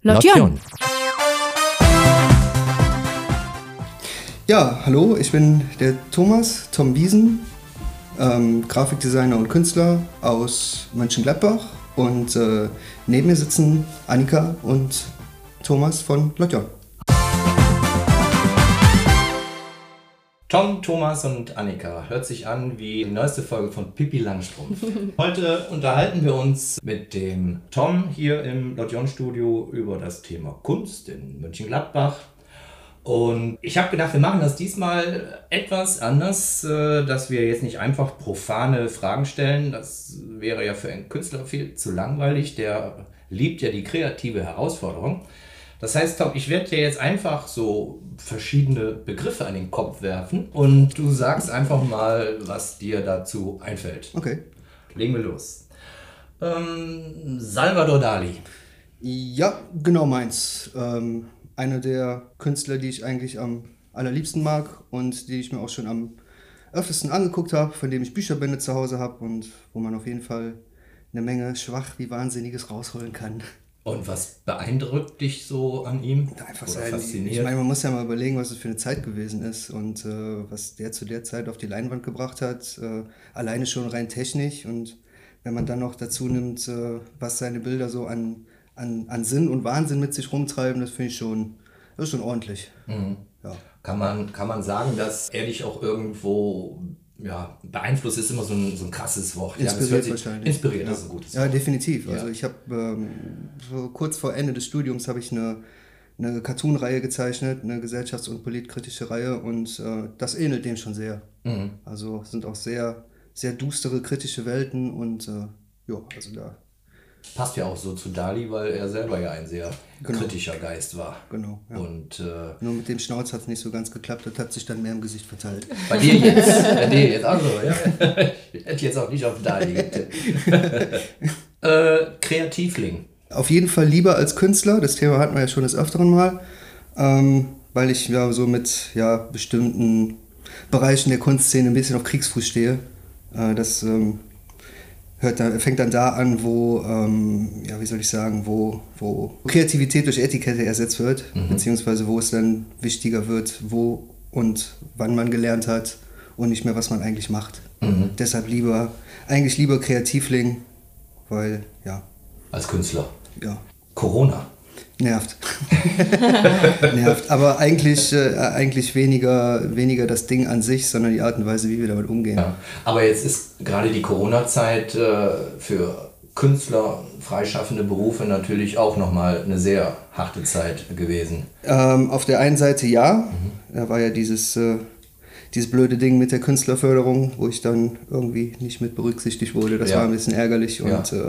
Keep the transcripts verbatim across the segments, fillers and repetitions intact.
Lotjon. Ja, hallo, ich bin der Thomas, Tom Wiesen, ähm, Grafikdesigner und Künstler aus Mönchengladbach. Und äh, neben mir sitzen Annika und Thomas von Lotjon. Tom, Thomas und Annika. Hört sich an wie die neueste Folge von Pippi Langstrumpf. Heute unterhalten wir uns mit dem Tom hier im Lotjon-Studio über das Thema Kunst in Mönchengladbach. Und ich habe gedacht, wir machen das diesmal etwas anders, dass wir jetzt nicht einfach profane Fragen stellen. Das wäre ja für einen Künstler viel zu langweilig. Der liebt ja die kreative Herausforderung. Das heißt, Tom, ich werde dir jetzt einfach so verschiedene Begriffe an den Kopf werfen und du sagst einfach mal, was dir dazu einfällt. Okay. Legen wir los. Ähm, Salvador Dali. Ja, genau meins. Ähm, einer der Künstler, die ich eigentlich am allerliebsten mag und die ich mir auch schon am öftesten angeguckt habe, von dem ich Bücherbände zu Hause habe und wo man auf jeden Fall eine Menge schwach wie Wahnsinniges rausholen kann. Und was beeindruckt dich so an ihm? Einfach Oder sein, fasziniert? ich meine, man muss ja mal überlegen, was es für eine Zeit gewesen ist und äh, was der zu der Zeit auf die Leinwand gebracht hat. Äh, alleine schon rein technisch und wenn man dann noch dazu nimmt, äh, was seine Bilder so an, an, an Sinn und Wahnsinn mit sich rumtreiben, das finde ich schon, das ist schon ordentlich. Mhm. Ja. Kann man, kann man sagen, dass er dich auch irgendwo ja, beeinflusst, ist immer so ein, so ein krasses Wort. Inspiriert ja, sich, wahrscheinlich. Inspiriert, ja. das ist ein gutes Ja, Wort. definitiv. Ja. Also ich habe ähm, so kurz vor Ende des Studiums habe ich eine, eine Cartoon-Reihe gezeichnet, eine gesellschafts- und politkritische Reihe und äh, das ähnelt dem schon sehr. Mhm. Also es sind auch sehr, sehr düstere, kritische Welten und äh, ja, also da. Passt ja auch so zu Dali, weil er selber ja ein sehr Genau. kritischer Geist war. Genau. Ja. Und äh, Nur mit dem Schnauz hat es nicht so ganz geklappt, das hat sich dann mehr im Gesicht verteilt. bei dir jetzt, bei dir jetzt, also, ja. Ich hätte jetzt auch nicht auf Dali getippt. äh, Kreativling. Auf jeden Fall lieber als Künstler, das Thema hatten wir ja schon des Öfteren mal, ähm, weil ich ja so mit ja, bestimmten Bereichen der Kunstszene ein bisschen auf Kriegsfuß stehe. Äh, das ähm, hört dann, fängt dann da an, wo, ähm, ja, wie soll ich sagen, wo, wo Kreativität durch Etikette ersetzt wird, mhm. beziehungsweise wo es dann wichtiger wird, wo und wann man gelernt hat und nicht mehr, was man eigentlich macht. Mhm. Deshalb lieber, eigentlich lieber Kreativling, weil, ja. Als Künstler. Ja. Corona. Nervt. Nervt. Aber eigentlich, äh, eigentlich weniger, weniger das Ding an sich, sondern die Art und Weise, wie wir damit umgehen. Ja. Aber jetzt ist gerade die Corona-Zeit äh, für Künstler, freischaffende Berufe natürlich auch nochmal eine sehr harte Zeit gewesen. Ähm, auf der einen Seite ja. Mhm. Da war ja dieses, äh, dieses blöde Ding mit der Künstlerförderung, wo ich dann irgendwie nicht mit berücksichtigt wurde. Das ja. war ein bisschen ärgerlich. Und ja. Äh,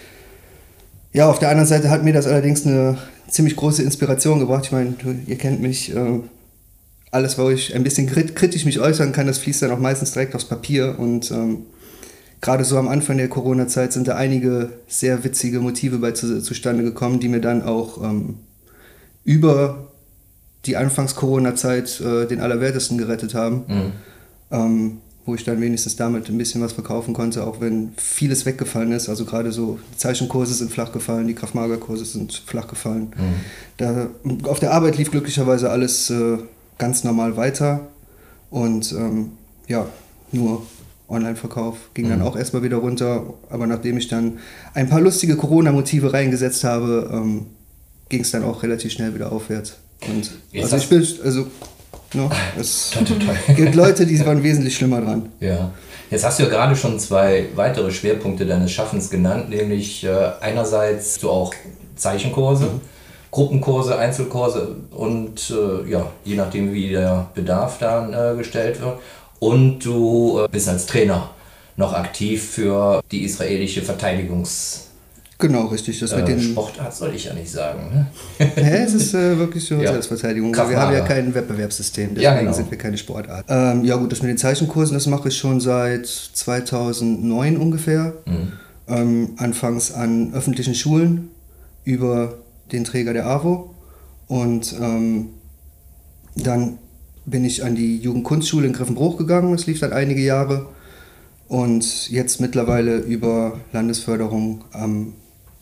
Ja, auf der anderen Seite hat mir das allerdings eine ziemlich große Inspiration gebracht. Ich meine, ihr kennt mich, äh, alles, wo ich ein bisschen kritisch mich äußern kann, das fließt dann auch meistens direkt aufs Papier. Und ähm, gerade so am Anfang der Corona-Zeit sind da einige sehr witzige Motive bei zu, zustande gekommen, die mir dann auch ähm, über die Anfangs-Corona-Zeit äh, den Allerwertesten gerettet haben. Mhm. Ähm, wo ich dann wenigstens damit ein bisschen was verkaufen konnte, auch wenn vieles weggefallen ist. Also gerade so die Zeichenkurse sind flach gefallen, die Krav-Maga-Kurse sind flach gefallen. Mhm. Da, auf der Arbeit lief glücklicherweise alles äh, ganz normal weiter und ähm, ja, nur Online-Verkauf ging mhm. dann auch erstmal wieder runter. Aber nachdem ich dann ein paar lustige Corona-Motive reingesetzt habe, ähm, ging es dann auch relativ schnell wieder aufwärts. Und also ich bin, also No, es gibt Leute, die waren wesentlich schlimmer dran. Ja. Jetzt hast du ja gerade schon zwei weitere Schwerpunkte deines Schaffens genannt, nämlich äh, einerseits du auch Zeichenkurse, mhm. Gruppenkurse, Einzelkurse und äh, ja, je nachdem wie der Bedarf dann äh, gestellt wird. Und du äh, bist als Trainer noch aktiv für die israelische Verteidigungs- Genau, richtig. Das mit äh, den Sportart soll ich ja nicht sagen. Ne? Ja, es ist äh, wirklich so ja. Selbstverteidigung. Wir haben ja kein Wettbewerbssystem, deswegen ja, genau. sind wir keine Sportart. Ähm, ja gut, das mit den Zeichenkursen, das mache ich schon seit zweitausendneun ungefähr. Mhm. Ähm, anfangs an öffentlichen Schulen über den Träger der A W O. Und ähm, dann bin ich an die Jugendkunstschule in Griffenbruch gegangen. Das lief dann einige Jahre. Und jetzt mittlerweile über Landesförderung am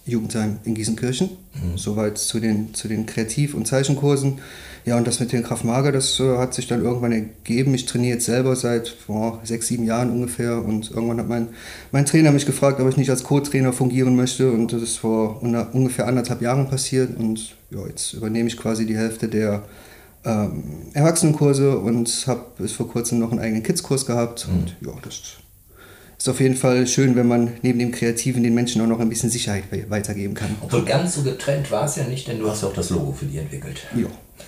Jugendheim in Gießenkirchen. Mhm. Soweit zu den, zu den Kreativ- und Zeichenkursen. Ja, und das mit den Krav Maga, das äh, hat sich dann irgendwann ergeben. Ich trainiere jetzt selber seit boah, sechs, sieben Jahren ungefähr. Und irgendwann hat mein, mein Trainer mich gefragt, ob ich nicht als Co-Trainer fungieren möchte. Und das ist vor una, ungefähr anderthalb Jahren passiert. Und ja, jetzt übernehme ich quasi die Hälfte der ähm, Erwachsenenkurse und habe bis vor kurzem noch einen eigenen Kids-Kurs gehabt. Mhm. Und ja, das ist auf jeden Fall schön, wenn man neben dem Kreativen den Menschen auch noch ein bisschen Sicherheit weitergeben kann. Obwohl ganz so getrennt war es ja nicht, denn du hast ja auch das Logo für die entwickelt. Ja,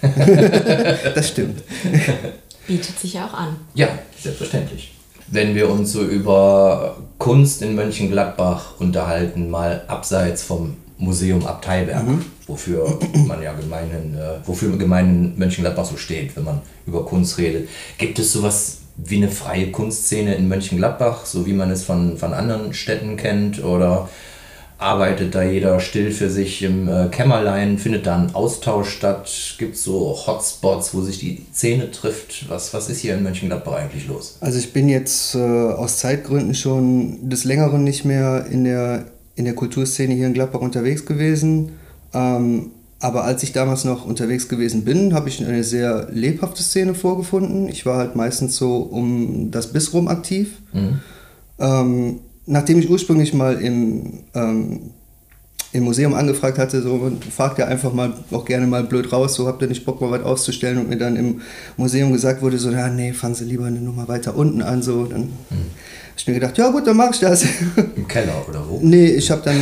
das stimmt. Bietet sich ja auch an. Ja, selbstverständlich. Wenn wir uns so über Kunst in Mönchengladbach unterhalten, mal abseits vom Museum Abteiberg, mhm. wofür man ja gemeinen, äh, wofür gemeinen Mönchengladbach so steht, wenn man über Kunst redet. Gibt es sowas wie eine freie Kunstszene in Mönchengladbach, so wie man es von, von anderen Städten kennt, oder arbeitet da jeder still für sich im äh, Kämmerlein, findet da ein Austausch statt, gibt es so Hotspots, wo sich die Szene trifft? Was, was ist hier in Mönchengladbach eigentlich los? Also ich bin jetzt äh, aus Zeitgründen schon des Längeren nicht mehr in der, in der Kulturszene hier in Gladbach unterwegs gewesen. Ähm, Aber als ich damals noch unterwegs gewesen bin, habe ich eine sehr lebhafte Szene vorgefunden. Ich war halt meistens so um das Biss rum aktiv. Mhm. Ähm, nachdem ich ursprünglich mal im, ähm, im Museum angefragt hatte, so, man fragt ja einfach mal auch gerne mal blöd raus, so habt ihr nicht Bock mal was auszustellen, und mir dann im Museum gesagt wurde, so, ja, nee, fangen Sie lieber eine Nummer weiter unten an, so, dann mhm. habe ich mir gedacht, ja gut, dann mach ich das. Im Keller oder wo? Nee, ich habe dann,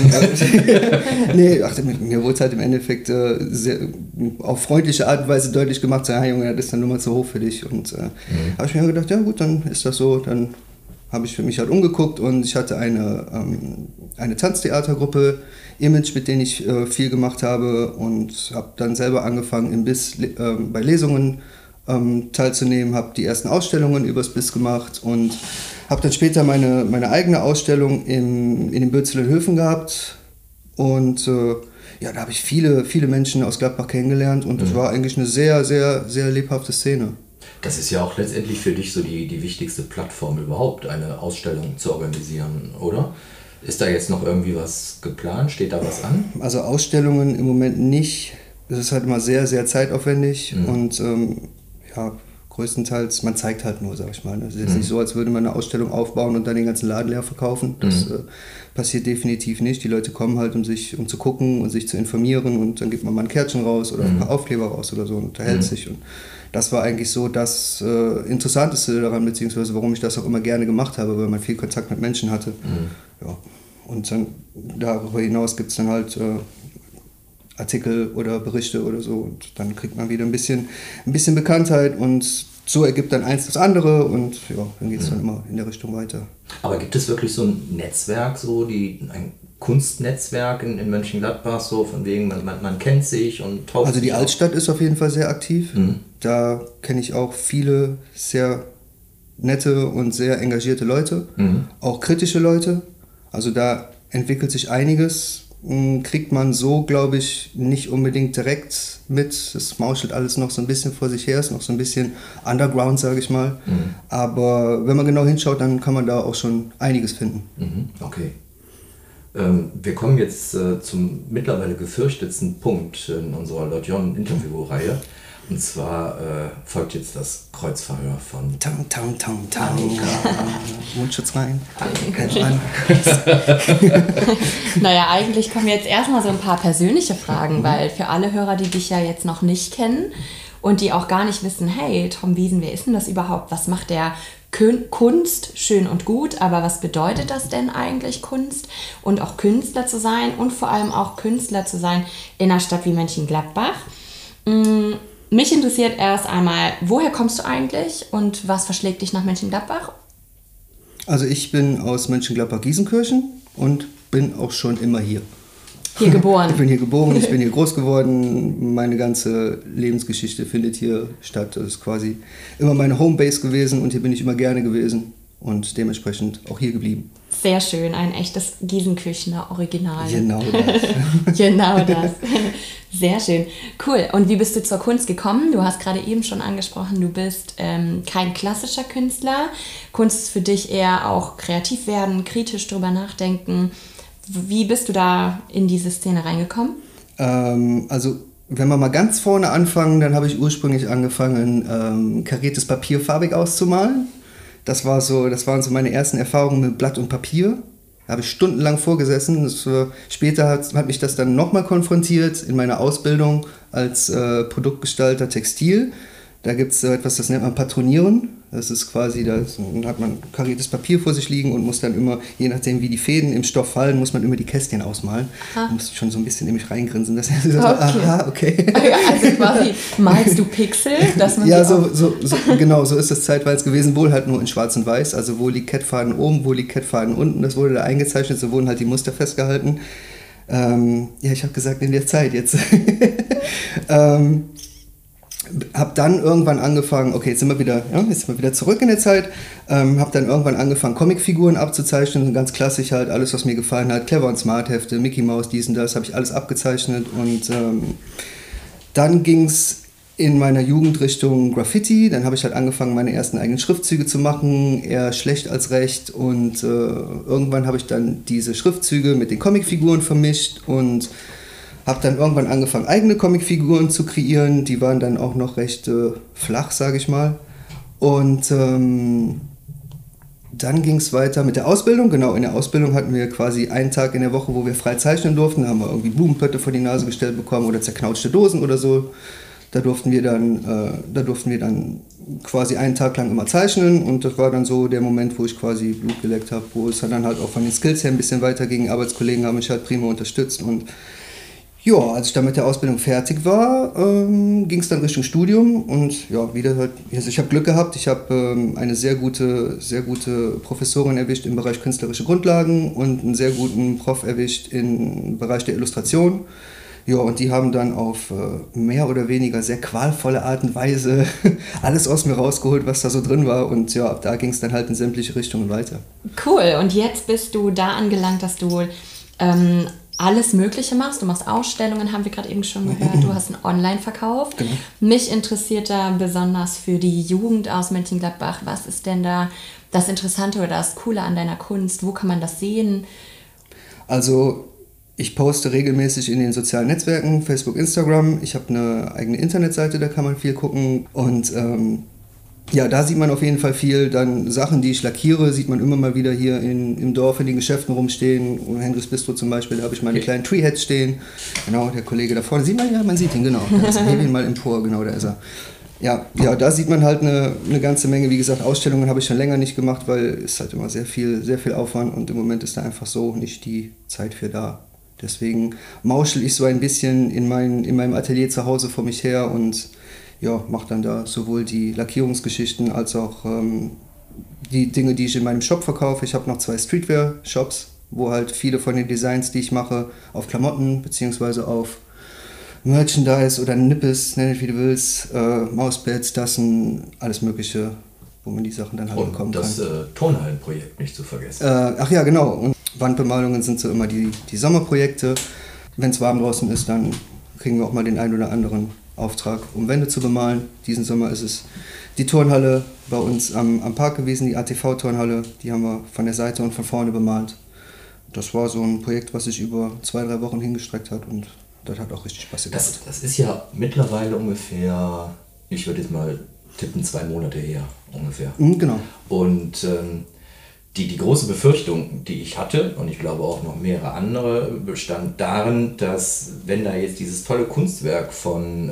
äh, nee, ach, mir wurde es halt im Endeffekt äh, sehr, auf freundliche Art und Weise deutlich gemacht, so, ja Junge, das ist dann Nummer zu hoch für dich, und äh, mhm. habe ich mir gedacht, ja gut, dann ist das so, dann habe ich für mich halt umgeguckt, und ich hatte eine, ähm, eine Tanztheatergruppe, Image, mit denen ich äh, viel gemacht habe, und habe dann selber angefangen, im Biss äh, bei Lesungen ähm, teilzunehmen, habe die ersten Ausstellungen übers Biss gemacht und habe dann später meine, meine eigene Ausstellung in, in den Bürzeler Höfen gehabt, und äh, ja, da habe ich viele, viele Menschen aus Gladbach kennengelernt, und das mhm. war eigentlich eine sehr, sehr, sehr lebhafte Szene. Das ist ja auch letztendlich für dich so die, die wichtigste Plattform überhaupt, eine Ausstellung zu organisieren, oder? Ist da jetzt noch irgendwie was geplant? Steht da was an? Also Ausstellungen im Moment nicht. Das ist halt immer sehr, sehr zeitaufwendig mhm. und ähm, ja, größtenteils, man zeigt halt nur, sag ich mal. Es ist jetzt mhm. nicht so, als würde man eine Ausstellung aufbauen und dann den ganzen Laden leer verkaufen. Das mhm. äh, passiert definitiv nicht. Die Leute kommen halt, um sich, um zu gucken und sich zu informieren, und dann gibt man mal ein Kärtchen raus oder mhm. ein paar Aufkleber raus oder so und unterhält mhm. sich. Und das war eigentlich so das äh, Interessanteste daran, beziehungsweise warum ich das auch immer gerne gemacht habe, weil man viel Kontakt mit Menschen hatte. Mhm. Ja. Und dann darüber hinaus gibt es dann halt äh, Artikel oder Berichte oder so, und dann kriegt man wieder ein bisschen, ein bisschen Bekanntheit, und so ergibt dann eins das andere, und ja, dann geht es mhm. dann immer in der Richtung weiter. Aber gibt es wirklich so ein Netzwerk, so die, ein Kunstnetzwerk in, in Mönchengladbach, so von wegen, man, man, man kennt sich und tauscht Also die sich Altstadt ist auf jeden Fall sehr aktiv. Mhm. Da kenne ich auch viele sehr nette und sehr engagierte Leute, mhm. auch kritische Leute. Also da entwickelt sich einiges, kriegt man so, glaube ich, nicht unbedingt direkt mit. Es mauschelt alles noch so ein bisschen vor sich her, ist noch so ein bisschen underground, sage ich mal. Mhm. Aber wenn man genau hinschaut, dann kann man da auch schon einiges finden. Mhm. Okay. Ähm, wir kommen jetzt äh, zum mittlerweile gefürchtetsten Punkt in unserer Lotjon-Interview-Reihe. Und zwar äh, folgt jetzt das Kreuzverhör von Tam, tam, tam, tam. Mundschutz rein. Naja, eigentlich kommen jetzt erstmal so ein paar persönliche Fragen, weil für alle Hörer, die dich ja jetzt noch nicht kennen und die auch gar nicht wissen, hey, Tom Wiesen, wer ist denn das überhaupt? Was macht der Kunst? Schön und gut, aber was bedeutet das denn eigentlich, Kunst? Und auch Künstler zu sein und vor allem auch Künstler zu sein in einer Stadt wie Mönchengladbach. Mm. Mich interessiert erst einmal, woher kommst du eigentlich und was verschlägt dich nach Mönchengladbach? Also ich bin aus Mönchengladbach-Gießenkirchen und bin auch schon immer hier. Hier geboren? Ich bin hier geboren, ich bin hier groß geworden. Meine ganze Lebensgeschichte findet hier statt. Das ist quasi immer meine Homebase gewesen, und hier bin ich immer gerne gewesen und dementsprechend auch hier geblieben. Sehr schön, ein echtes Gießenkirchener Original. Genau das. Genau das. Sehr schön. Cool. Und wie bist du zur Kunst gekommen? Du hast gerade eben schon angesprochen, du bist ähm, kein klassischer Künstler. Kunst ist für dich eher auch kreativ werden, kritisch drüber nachdenken. Wie bist du da in diese Szene reingekommen? Ähm, also wenn wir mal ganz vorne anfangen, dann habe ich ursprünglich angefangen, ähm, kariertes Papier farbig auszumalen. Das war so, das waren so meine ersten Erfahrungen mit Blatt und Papier. Da habe ich stundenlang vorgesessen. Das, äh, später hat, hat mich das dann nochmal konfrontiert in meiner Ausbildung als äh, Produktgestalter Textil. Da gibt es äh, etwas, das nennt man Patronieren. Das ist quasi, da hat man kariertes Papier vor sich liegen und muss dann immer, je nachdem wie die Fäden im Stoff fallen, muss man immer die Kästchen ausmalen. Da muss ich schon so ein bisschen in mich reingrinsen. Das ist so, okay. aha, okay. Also quasi malst du Pixel? Dass man ja, so, so, so, genau, so ist das zeitweise gewesen. Wohl halt nur in schwarz und weiß. Also wo liegt Kettfaden oben, wo liegt Kettfaden unten. Das wurde da eingezeichnet, so wurden halt die Muster festgehalten. Ähm, ja, ich habe gesagt, in der Zeit jetzt. ähm, Hab dann irgendwann angefangen, okay, jetzt sind wir wieder, ja, jetzt sind wir wieder zurück in der Zeit, ähm, hab dann irgendwann angefangen, Comicfiguren abzuzeichnen, ganz klassisch halt, alles, was mir gefallen hat, Clever und Smart Hefte, Mickey Mouse, dies und das, habe ich alles abgezeichnet und ähm, dann ging es in meiner Jugend Richtung Graffiti, dann habe ich halt angefangen, meine ersten eigenen Schriftzüge zu machen, eher schlecht als recht und äh, irgendwann habe ich dann diese Schriftzüge mit den Comicfiguren vermischt und habe dann irgendwann angefangen, eigene Comicfiguren zu kreieren. Die waren dann auch noch recht äh, flach, sage ich mal. Und ähm, dann ging es weiter mit der Ausbildung. Genau, in der Ausbildung hatten wir quasi einen Tag in der Woche, wo wir frei zeichnen durften. Da haben wir irgendwie Blumenpötte vor die Nase gestellt bekommen oder zerknautschte Dosen oder so. Da durften wir dann, äh, da durften wir dann quasi einen Tag lang immer zeichnen. Und das war dann so der Moment, wo ich quasi Blut geleckt habe, wo es dann halt auch von den Skills her ein bisschen weiter ging. Arbeitskollegen haben mich halt prima unterstützt und ja, als ich dann mit der Ausbildung fertig war, ähm, ging es dann Richtung Studium und ja, wieder halt, also ich habe Glück gehabt, ich habe ähm, eine sehr gute, sehr gute Professorin erwischt im Bereich künstlerische Grundlagen und einen sehr guten Prof erwischt im Bereich der Illustration. Ja, und die haben dann auf äh, mehr oder weniger sehr qualvolle Art und Weise alles aus mir rausgeholt, was da so drin war und ja, ab da ging es dann halt in sämtliche Richtungen weiter. Cool, und jetzt bist du da angelangt, dass du ähm, alles Mögliche machst. Du machst Ausstellungen, haben wir gerade eben schon gehört. Du hast einen Online-Verkauf. Genau. Mich interessiert da besonders für die Jugend aus Mönchengladbach. Was ist denn da das Interessante oder das Coole an deiner Kunst? Wo kann man das sehen? Also ich poste regelmäßig in den sozialen Netzwerken, Facebook, Instagram. Ich habe eine eigene Internetseite, da kann man viel gucken. Und ähm, ja, da sieht man auf jeden Fall viel. Dann Sachen, die ich lackiere, sieht man immer mal wieder hier in, im Dorf in den Geschäften rumstehen. Henrys Bistro zum Beispiel, da habe ich meine okay. kleinen Treeheads stehen. Genau, der Kollege da vorne, sieht man, ja, man sieht ihn, genau. Da hebe ihn mal empor, genau, da ist er. Ja, ja, da sieht man halt eine, eine ganze Menge. Wie gesagt, Ausstellungen habe ich schon länger nicht gemacht, weil es halt immer sehr viel, sehr viel Aufwand und im Moment ist da einfach so nicht die Zeit für da. Deswegen mauschel ich so ein bisschen in, mein, in meinem Atelier zu Hause vor mich her und ja, mache dann da sowohl die Lackierungsgeschichten als auch ähm, die Dinge, die ich in meinem Shop verkaufe. Ich habe noch zwei Streetwear-Shops, wo halt viele von den Designs, die ich mache, auf Klamotten bzw. auf Merchandise oder Nippes, nenn es wie du willst, äh, Mauspads, Tassen, alles mögliche, wo man die Sachen dann halt und bekommen kann. Und das äh, Turnhallenprojekt nicht zu vergessen. Äh, ach ja, genau. Und Wandbemalungen sind so immer die, die Sommerprojekte. Wenn es warm draußen ist, dann kriegen wir auch mal den einen oder anderen Auftrag, um Wände zu bemalen. Diesen Sommer ist es die Turnhalle bei uns am, am Park gewesen, die A T V-Turnhalle. Die haben wir von der Seite und von vorne bemalt. Das war so ein Projekt, was sich über zwei, drei Wochen hingestreckt hat und das hat auch richtig Spaß gemacht. Das, das ist ja mittlerweile ungefähr, ich würde jetzt mal tippen, zwei Monate her ungefähr. Mhm, genau. Und ähm, die, die große Befürchtung, die ich hatte, und ich glaube auch noch mehrere andere, bestand darin, dass wenn da jetzt dieses tolle Kunstwerk von äh,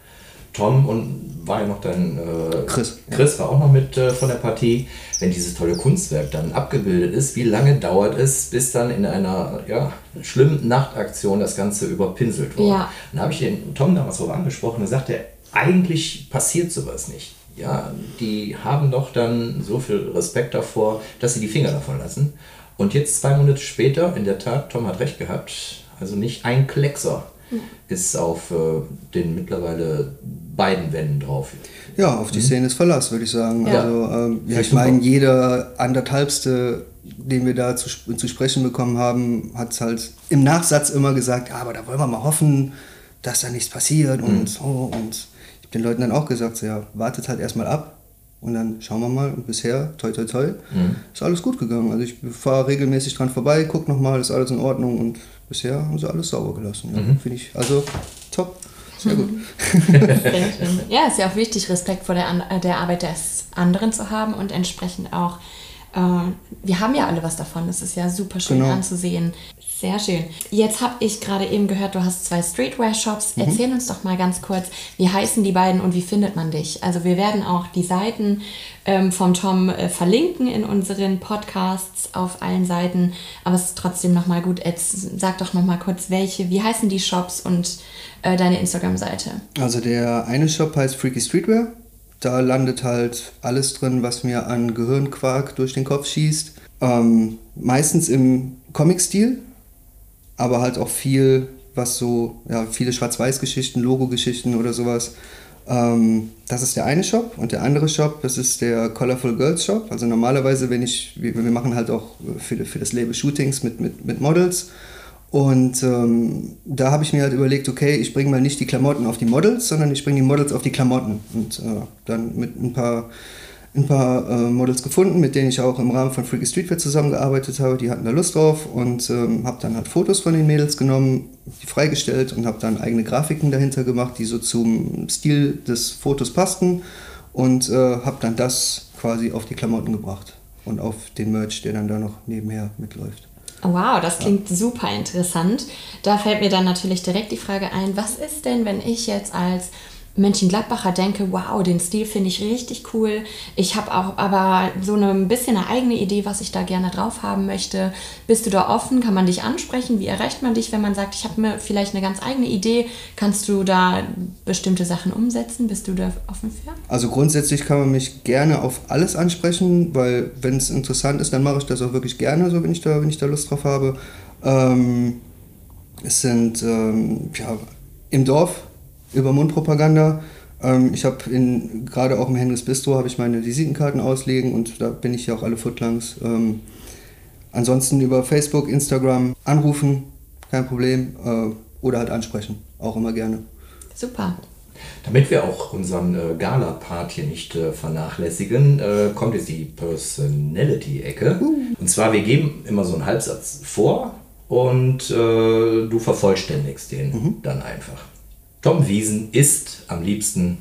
Tom und war ja noch dein äh, Chris. Chris war auch noch mit äh, von der Partie, wenn dieses tolle Kunstwerk dann abgebildet ist, wie lange dauert es, bis dann in einer ja, schlimmen Nachtaktion das Ganze überpinselt wurde? Ja. Dann habe ich den Tom damals drauf angesprochen und sagte, eigentlich passiert sowas nicht. Ja, die haben doch dann so viel Respekt davor, dass sie die Finger davon lassen. Und jetzt zwei Monate später, in der Tat, Tom hat recht gehabt, also nicht ein Kleckser ja. ist auf äh, den mittlerweile beiden Wänden drauf. Ja, auf die mhm. Szene ist Verlass, würde ich sagen. Ja. Also ähm, ja, ich meine, jeder anderthalbste, den wir da zu, zu sprechen bekommen haben, hat es halt im Nachsatz immer gesagt, ja, aber da wollen wir mal hoffen, dass da nichts passiert und mhm. so und den Leuten dann auch gesagt, so, ja, wartet halt erstmal ab Und dann schauen wir mal. Und bisher, toi toi toi, mhm. ist alles gut gegangen. Also ich fahre regelmäßig dran vorbei, gucke nochmal, ist alles in Ordnung. Und bisher haben sie alles sauber gelassen. Ja, mhm. Finde ich, also top. Sehr gut. Sehr schön. Ja, ist ja auch wichtig, Respekt vor der, der Arbeit des anderen zu haben und entsprechend auch, äh, wir haben ja alle was davon, das ist ja super schön genau. anzusehen. Sehr schön. Jetzt habe ich gerade eben gehört, du hast zwei Streetwear-Shops. Mhm. Erzähl uns doch mal ganz kurz, wie heißen die beiden und wie findet man dich? Also wir werden auch die Seiten ähm, vom Tom äh, verlinken in unseren Podcasts auf allen Seiten, aber es ist trotzdem nochmal gut. Jetzt sag doch nochmal kurz, welche, wie heißen die Shops und äh, deine Instagram-Seite? Also der eine Shop heißt Freaky Streetwear. Da landet halt alles drin, was mir an Gehirnquark durch den Kopf schießt. Ähm, meistens im Comic-Stil. Aber halt auch viel, was so, ja, viele Schwarz-Weiß-Geschichten, Logo-Geschichten oder sowas. Ähm, das ist der eine Shop. Und der andere Shop, das ist der Colorful Girls Shop. Also normalerweise, wenn ich, wir, wir machen halt auch für, für das Label Shootings mit, mit, mit Models. Und ähm, da habe ich mir halt überlegt, okay, ich bringe mal nicht die Klamotten auf die Models, sondern ich bringe die Models auf die Klamotten. Und äh, dann mit ein paar... ein paar äh, Models gefunden, mit denen ich auch im Rahmen von Freaky Streetwear zusammengearbeitet habe. Die hatten da Lust drauf und ähm, habe dann halt Fotos von den Mädels genommen, die freigestellt und habe dann eigene Grafiken dahinter gemacht, die so zum Stil des Fotos passten und äh, habe dann das quasi auf die Klamotten gebracht und auf den Merch, der dann da noch nebenher mitläuft. Wow, das klingt ja. super interessant. Da fällt mir dann natürlich direkt die Frage ein, was ist denn, wenn ich jetzt als Mönchengladbacher denke, wow, den Stil finde ich richtig cool. Ich habe auch aber so eine, ein bisschen eine eigene Idee, was ich da gerne drauf haben möchte. Bist du da offen? Kann man dich ansprechen? Wie erreicht man dich, wenn man sagt, ich habe mir vielleicht eine ganz eigene Idee? Kannst du da bestimmte Sachen umsetzen? Bist du da offen für? Also grundsätzlich kann man mich gerne auf alles ansprechen, weil wenn es interessant ist, dann mache ich das auch wirklich gerne, so wenn ich da, wenn ich da Lust drauf habe. Ähm, es sind ähm, ja, im Dorf über Mundpropaganda. Ähm, ich habe gerade auch im Henrys Bistro habe ich meine Visitenkarten auslegen und da bin ich ja auch alle Footlangs. Ähm, ansonsten über Facebook, Instagram anrufen, kein Problem. Äh, oder halt ansprechen, auch immer gerne. Super. Damit wir auch unseren äh, Gala-Part hier nicht äh, vernachlässigen, äh, kommt jetzt die Personality-Ecke. Uh. Und zwar, wir geben immer so einen Halbsatz vor und äh, du vervollständigst den mhm. dann einfach. Tom Wiesen isst am liebsten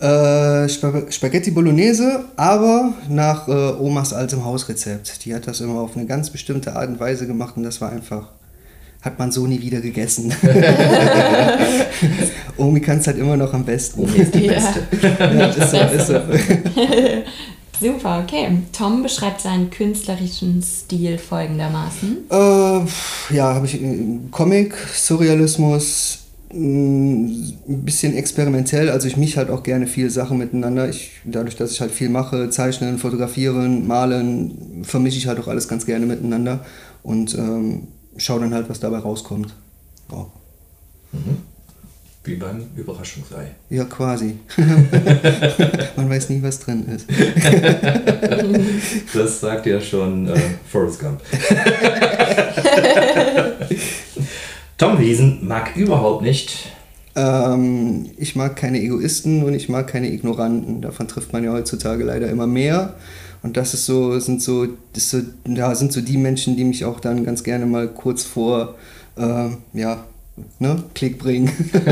äh, Sp- Spaghetti Bolognese, aber nach äh, Omas altem Hausrezept. Die hat das immer auf eine ganz bestimmte Art und Weise gemacht und das war einfach, hat man so nie wieder gegessen. Omi kann es halt immer noch am besten. Omi ist die Beste. Ja, ist so, ist so. Super, okay. Tom beschreibt seinen künstlerischen Stil folgendermaßen. Äh, ja, habe ich Comic, Surrealismus, ein bisschen experimentell, also ich mich halt auch gerne viele Sachen miteinander. Ich, dadurch, dass ich halt viel mache, zeichnen, fotografieren, malen, vermische ich halt auch alles ganz gerne miteinander und ähm, schaue dann halt, was dabei rauskommt. Wow. Mhm. Wie beim Überraschungsei. Ja, quasi. Man weiß nie, was drin ist. Das sagt ja schon äh, Forrest Gump. Tom Wiesen mag überhaupt nicht. Ähm, ich mag keine Egoisten und ich mag keine Ignoranten. Davon trifft man ja heutzutage leider immer mehr. Und das ist so, sind so, das ist so, ja, sind so die Menschen, die mich auch dann ganz gerne mal kurz vor, äh, ja, ne, Klick bringen.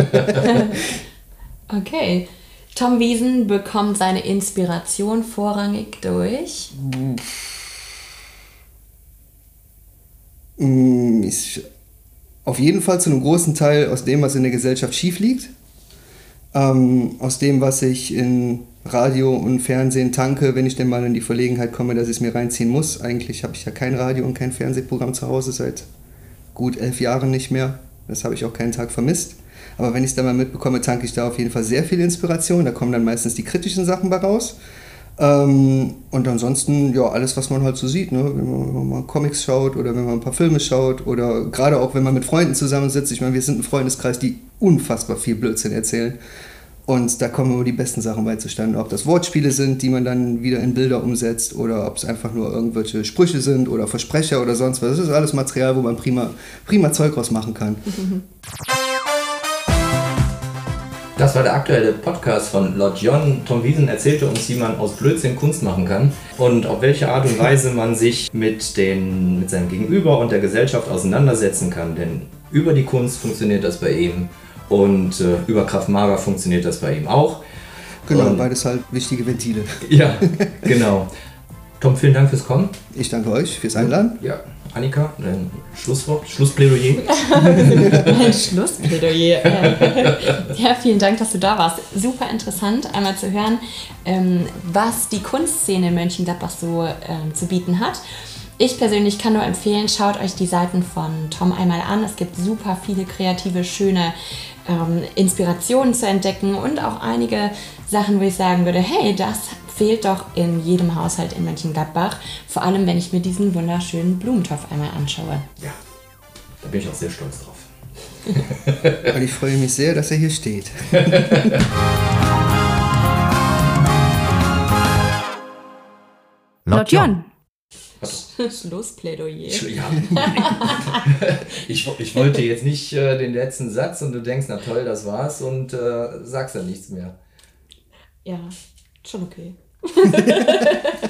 Okay. Tom Wiesen bekommt seine Inspiration vorrangig durch? Ich, auf jeden Fall zu einem großen Teil aus dem, was in der Gesellschaft schief liegt. Ähm, aus dem, was ich in Radio und Fernsehen tanke, wenn ich denn mal in die Verlegenheit komme, dass ich es mir reinziehen muss. Eigentlich habe ich ja kein Radio und kein Fernsehprogramm zu Hause seit gut elf Jahren nicht mehr. Das habe ich auch keinen Tag vermisst. Aber wenn ich es dann mal mitbekomme, tanke ich da auf jeden Fall sehr viel Inspiration. Da kommen dann meistens die kritischen Sachen bei raus. Ähm, und ansonsten, ja, alles, was man halt so sieht, ne? Wenn man, wenn man mal Comics schaut oder wenn man ein paar Filme schaut oder gerade auch, wenn man mit Freunden zusammensitzt. Ich meine, wir sind ein Freundeskreis, die unfassbar viel Blödsinn erzählen. Und da kommen immer die besten Sachen bei zustande. Ob das Wortspiele sind, die man dann wieder in Bilder umsetzt oder ob es einfach nur irgendwelche Sprüche sind oder Versprecher oder sonst was. Das ist alles Material, wo man prima, prima Zeug raus machen kann. Das war der aktuelle Podcast von Lord John. Tom Wiesen erzählte uns, wie man aus Blödsinn Kunst machen kann und auf welche Art und Weise man sich mit, den, mit seinem Gegenüber und der Gesellschaft auseinandersetzen kann. Denn über die Kunst funktioniert das bei ihm und äh, über Krav Maga funktioniert das bei ihm auch. Genau, und, beides halt wichtige Ventile. Ja, genau. Tom, vielen Dank fürs Kommen. Ich danke euch fürs Einladen. Ja, Annika, dein Schlusswort, Schlussplädoyer. Mein Schlussplädoyer. Ja, vielen Dank, dass du da warst. Super interessant, einmal zu hören, was die Kunstszene in Mönchengladbach so zu bieten hat. Ich persönlich kann nur empfehlen, schaut euch die Seiten von Tom einmal an. Es gibt super viele kreative, schöne ähm, Inspirationen zu entdecken und auch einige Sachen, wo ich sagen würde, hey, das fehlt doch in jedem Haushalt in Mönchengladbach. Vor allem, wenn ich mir diesen wunderschönen Blumentopf einmal anschaue. Ja, da bin ich auch sehr stolz drauf. Und ich freue mich sehr, dass er hier steht. Lord John. Schlussplädoyer. Ja. ich, ich wollte jetzt nicht äh, den letzten Satz und du denkst, na toll, das war's und äh, sagst dann nichts mehr. Ja, schon okay.